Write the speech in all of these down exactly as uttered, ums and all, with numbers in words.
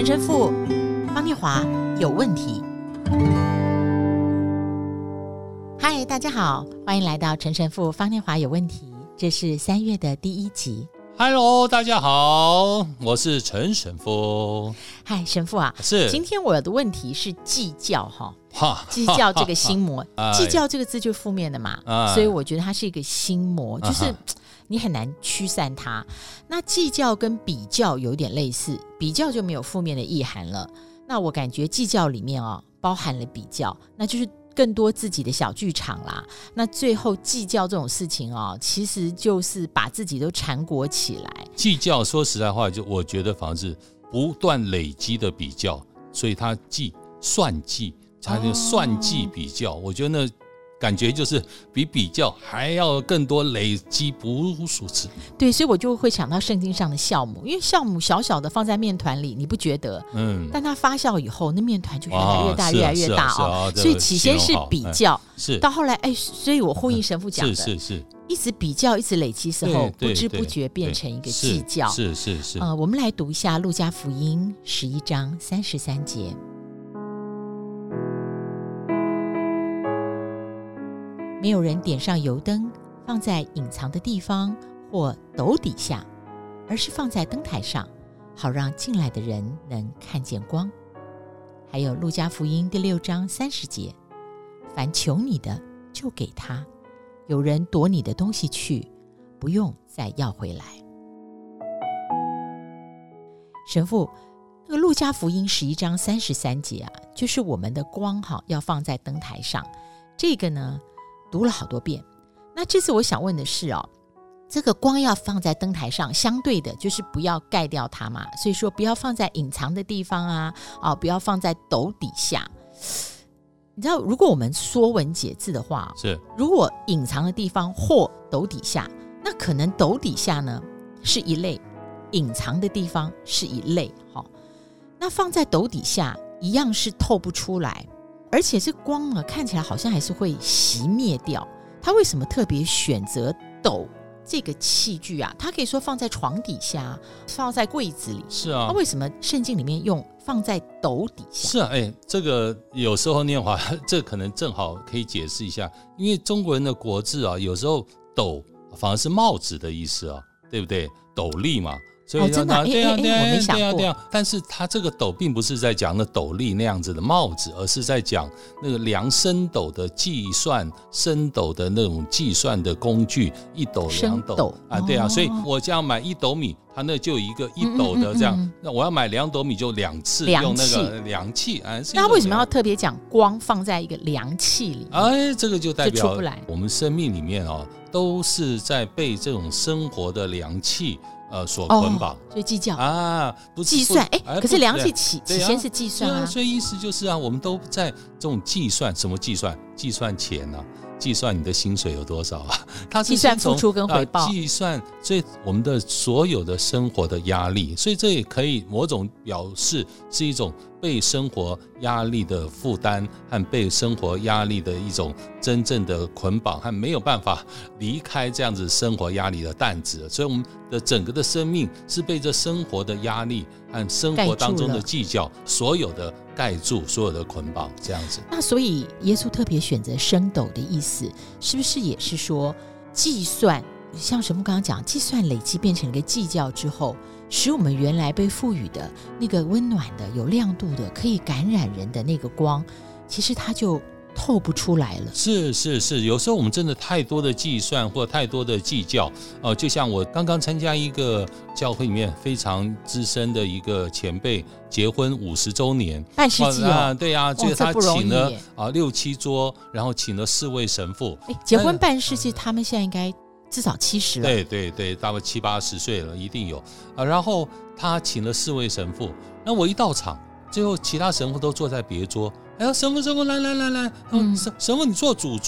陈神父方念华有问题。嗨，大家好，欢迎来到陈神父方念华有问题，这是三月的第一集。 Hello， 大家好，我是陈神父。 嗨，神父啊， 是今天我的问题是计较哈，计较这个心魔，计较这个字就是负面的嘛，哎、所以我觉得它是一个心魔，就是你很难驱散它。那计较跟比较有点类似，比较就没有负面的意涵了。那我感觉计较里面哦，包含了比较，那就是更多自己的小剧场啦。那最后计较这种事情哦，其实就是把自己都缠裹起来。 计较说实在话，就我觉得反而是不断累积的比较，所以他计算计，他那个算计比较、哦、我觉得那感觉就是比比较还要更多累积不无数次。 对，所以我就会想到圣经上的酵母，因为酵母小小的放在面团里，你不觉得？嗯，但它发酵以后，那面团就越来越大，越来越大哦。啊啊啊、所以起先是比较，是到后来，哎，所以我呼应神父讲的， 是是是， 一直比较，一直累积之后，不知不觉变成一个计较。 是是 是, 是、 呃。我们来读一下路加福音十一章三十三节。没有人点上油灯放在隐藏的地方或斗底下，而是放在灯台上，好让进来的人能看见光。还有路加福音第六章三十节，凡求你的就给他，有人夺你的东西去，不用再要回来。神父，那个路加福音十一章三十三节啊，就是我们的光哈要放在灯台上，这个呢读了好多遍。那这次我想问的是哦，这个光要放在灯台上，相对的就是不要盖掉它嘛，所以说不要放在隐藏的地方啊，哦，不要放在斗底下。你知道，如果我们说文解字的话， 是如果隐藏的地方或斗底下，那可能斗底下呢是一类，隐藏的地方是一类、哦、那放在斗底下一样是透不出来，而且这光呢看起来好像还是会熄灭掉。他为什么特别选择斗这个器具啊？他可以说放在床底下，放在柜子里， 是啊。 他为什么圣经里面用放在斗底下？ 是啊，哎，这个有时候念华，这可能正好可以解释一下，因为中国人的国字啊，有时候斗反而是帽子的意思啊，对不对？斗笠嘛。所以哦，真的、啊，对啊，对啊，我没想过。对啊， 但是他这个斗并不是在讲那斗笠那样子的帽子，而是在讲那个量升斗的计算，升斗的那种计算的工具，一斗两斗, 斗啊，对啊、哦，所以我这样买一斗米，它那就有一个一斗的这样，嗯嗯嗯嗯，那我要买两斗米就两次用那个量器啊。 那为什么要特别讲光放在一个量器里？ 哎，这个就代表就出不来。 我们生命里面哦，都是在被这种生活的量器呃，所捆绑， 所以计较啊， 不计算，哎，可是量器起起先是计算啊， 啊，所以意思就是啊，我们都在这种计算，什么计算？计算钱啊，计算你的薪水有多少啊？它是计算付出跟回报， 啊、计算所以我们的所有的生活的压力，所以这也可以某种表示是一种被生活压力的负担和被生活压力的一种真正的捆绑和没有办法离开这样子生活压力的担子，所以我们的整个的生命是被这生活的压力和生活当中的计较所有的盖住，所有的捆绑这样子。 那所以耶稣特别选择升斗的意思，是不是也是说计算，像神父刚刚讲，计算累积变成一个计较之后，使我们原来被赋予的那个温暖的有亮度的可以感染人的那个光，其实它就透不出来了。 是是是，有时候我们真的太多的计算或太多的计较、呃、就像我刚刚参加一个教会里面非常资深的一个前辈结婚五十周年， 半世纪哦、 啊、对啊，所以他请了、 哦、 啊六七桌，然后请了四位神父。 结婚半世纪，他们现在应该至少七十了。 对对对，大概七八十岁了，一定有、啊、然后他请了四位神父，那我一到场，最后其他神父都坐在别桌。哎呀，神父神父来来来来、嗯、神父你坐主桌，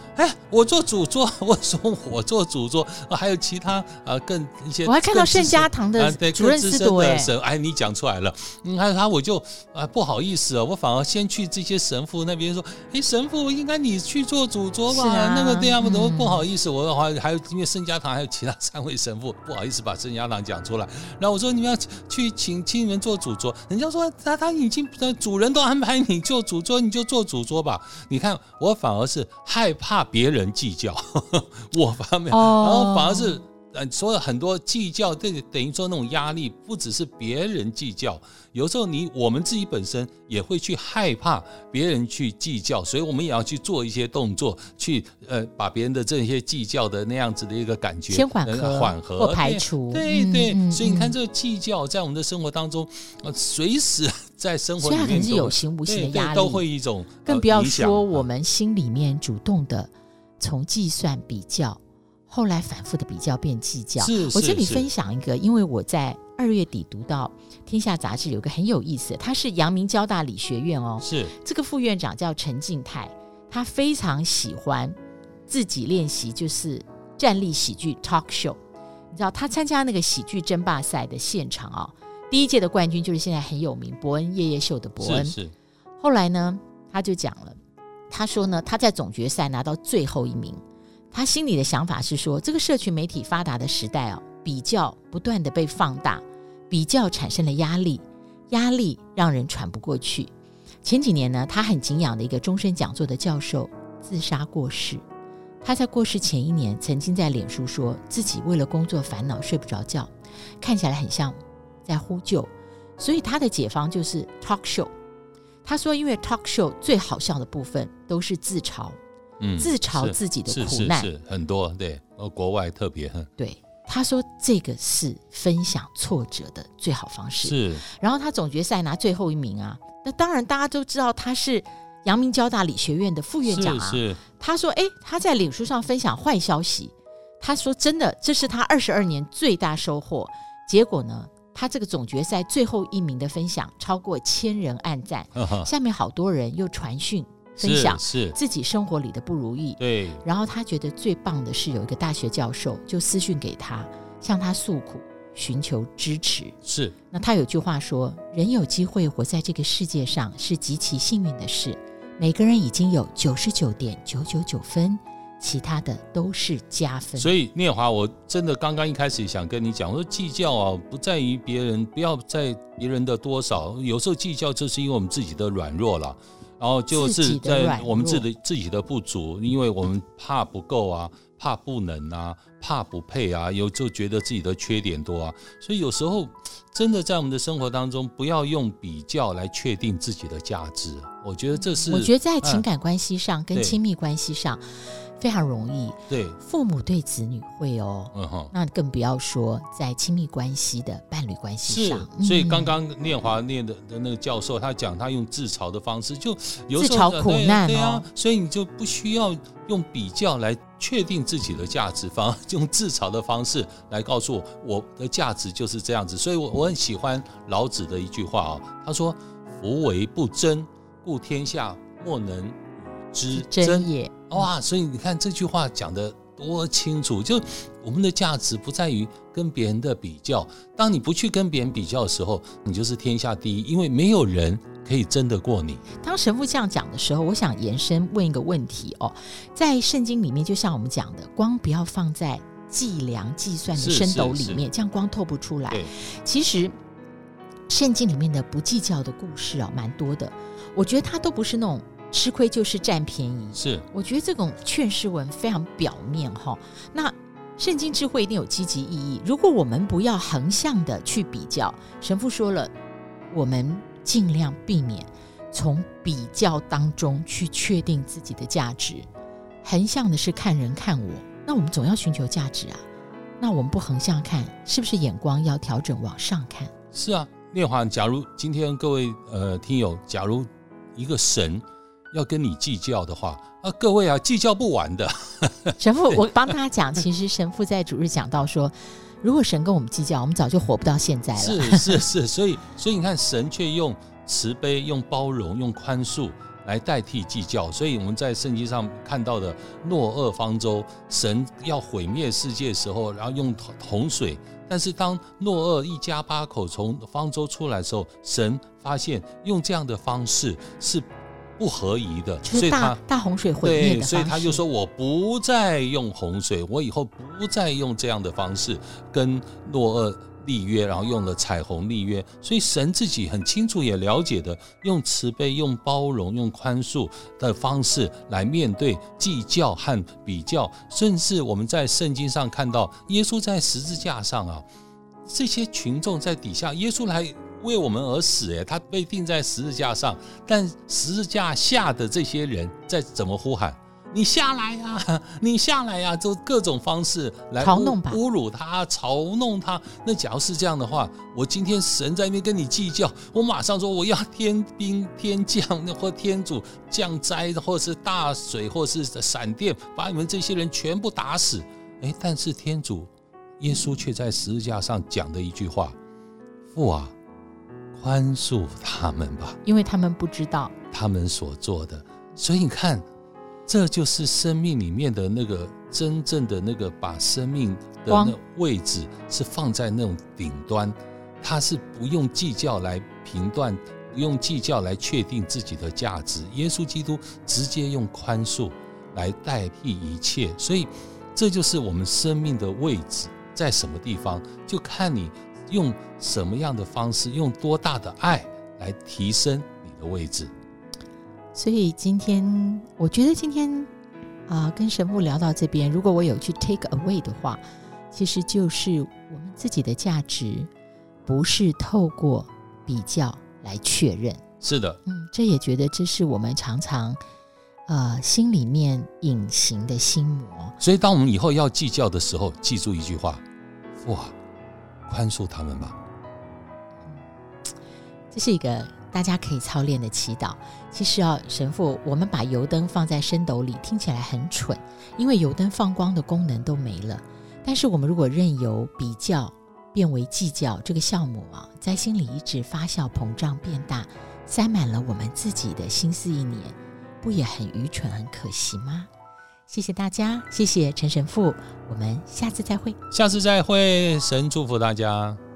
哎，我做主桌，我说我做主桌，啊、还有其他呃更一些， 我还看到圣家堂的主任司铎哎， 哎，你讲出来了，你看他我就啊、呃、不好意思啊，我反而先去这些神父那边说，哎，神父应该你去做主桌吧，啊、那个这样都、嗯、不好意思，我还还有因为圣家堂还有其他三位神父，不好意思把圣家堂讲出来，然后我说你们要去请请你们做主桌，人家说他他已经主人都安排你做主桌，你就做主桌吧。你看我反而是害怕别人计较，呵呵我反而、哦、然后反而是所有很多计较，这个等于说那种压力，不只是别人计较，有时候你我们自己本身也会去害怕别人去计较，所以我们也要去做一些动作，去呃把别人的这些计较的那样子的一个感觉先缓和、 呃、缓和或排除。 对对、对、 嗯嗯， 所以你看这个计较在我们的生活当中，呃、随时在生活里面， 所以它可能是有形无形的压力， 都会一种、呃、 更不要说我们心里面主动的从计算比较。后来反复的比较变计较。我这里分享一个，因为我在二月底读到《天下》杂志有个很有意思的，他是阳明交大理学院哦， 是这个副院长叫陈静泰，他非常喜欢自己练习就是站立喜剧 talk show。你知道他参加那个喜剧争霸赛的现场啊、哦，第一届的冠军就是现在很有名伯恩夜夜秀的伯恩。 是是。 后来呢，他就讲了，他说呢，他在总决赛拿到最后一名。他心里的想法是说，这个社群媒体发达的时代哦，比较不断的被放大，比较产生了压力，压力让人喘不过去。前几年呢，他很敬仰的一个终身讲座的教授自杀过世。他在过世前一年，曾经在脸书说自己为了工作烦恼睡不着觉，看起来很像在呼救，所以他的解方就是 talk show。他说，因为 talk show 最好笑的部分都是自嘲。嗯、自嘲自己的苦难， 是是是很多，对，国外特别。 对，他说这个是分享挫折的最好方式。 是， 然后他总决赛拿最后一名啊，那当然大家都知道他是阳明交大理学院的副院长啊。 是是， 他说，哎，他在脸书上分享坏消息，他说真的，这是他二十二年最大收获。结果呢，他这个总决赛最后一名的分享超过千人按赞，下面好多人又传讯。分享自己生活里的不如意， 对。 然后他觉得最棒的是有一个大学教授就私讯给他，向他诉苦，寻求支持。 是。 那他有句话说，人有机会活在这个世界上是极其幸运的事，每个人已经有九十九点九九九分，其他的都是加分。 所以念华，我真的刚刚一开始想跟你讲，我说计较啊，不在于别人，不要在别人的多少，有时候计较就是因为我们自己的软弱了。然后就是在我们自己的自己的不足，因为我们怕不够啊，怕不能啊，怕不配啊，有就觉得自己的缺点多啊，所以有时候真的在我们的生活当中，不要用比较来确定自己的价值。我觉得这是， 我觉得在情感关系上、嗯、跟亲密关系上非常容易。 对， 父母对子女会哦，嗯、那更不要说在亲密关系的伴侣关系上。 是，所以刚刚念华念的的那个教授，他讲他用自嘲的方式，就有自嘲苦难、哦、 对, 对啊，所以你就不需要用比较来确定自己的价值，反而用自嘲的方式来告诉我，我的价值就是这样子。所以我我很喜欢老子的一句话啊、哦，他说：“夫唯不争，故天下莫能与之争也。” 哇，所以你看这句话讲得多清楚，就我们的价值不在于跟别人的比较，当你不去跟别人比较的时候，你就是天下第一，因为没有人可以争得过你。 当神父这样讲的时候，我想延伸问一个问题哦，在圣经里面，就像我们讲的，光不要放在计量计算的升斗里面，这样光透不出来。其实圣经里面的不计较的故事哦，蛮多的，我觉得它都不是那种吃亏就是占便宜， 是我觉得这种劝世文非常表面哈。那圣经智慧一定有积极意义，如果我们不要横向的去比较，神父说了，我们尽量避免从比较当中去确定自己的价值。横向的是看人看我，那我们总要寻求价值啊，那我们不横向看，是不是眼光要调整往上看？ 是啊，念华，假如今天各位呃听友，假如一个神要跟你计较的话啊，各位啊，计较不完的。 神父，我帮他讲，其实神父在主日讲到说，如果神跟我们计较，我们早就活不到现在了。 是是是，所以所以你看，神却用慈悲、用包容、用宽恕来代替计较。所以我们在圣经上看到的诺厄方舟，神要毁灭世界的时候，然后用洪水，但是当诺厄一家八口从方舟出来的时候，神发现用这样的方式是不合宜的， 就是大所以他大洪水毁灭的方式。对， 所以他就说我不再用洪水，我以后不再用这样的方式跟诺厄立约，然后用了彩虹立约。所以神自己很清楚也了解的，用慈悲、用包容、用宽恕的方式来面对计较和比较。甚至我们在圣经上看到耶稣在十字架上啊，这些群众在底下，耶稣来为我们而死，他被钉在十字架上，但十字架下的这些人在怎么呼喊？你下来啊，你下来啊，就各种方式来嘲弄吧， 侮辱他，嘲弄他。那假如是这样的话，我今天神在那边跟你计较，我马上说我要天兵天将或天主降灾，或是大水，或是闪电，把你们这些人全部打死。诶，但是天主耶稣却在十字架上讲的一句话：父啊，宽恕他们吧， 因为他们不知道他们所做的。所以你看，这就是生命里面的那个真正的那个，把生命的那位置是放在那种顶端，它是不用计较来评断，不用计较来确定自己的价值。耶稣基督直接用宽恕来代替一切，所以这就是我们生命的位置在什么地方，就看你用什么样的方式，用多大的爱来提升你的位置。 所以今天我觉得今天啊、呃，跟神父聊到这边，如果我有去 take away 的话，其实就是我们自己的价值不是透过比较来确认。 是的， 嗯，这也觉得这是我们常常呃心里面隐形的心魔。 所以当我们以后要计较的时候，记住一句话：父啊，宽恕他们吧。 这是一个大家可以操练的祈祷。其实啊，神父，我们把油灯放在升斗里听起来很蠢，因为油灯放光的功能都没了。但是我们如果任由比较变为计较这个酵母啊，在心里一直发酵膨胀变大，塞满了我们自己的心思意念，不也很愚蠢很可惜吗？谢谢大家，谢谢陈神父，我们下次再会。 下次再会，神祝福大家。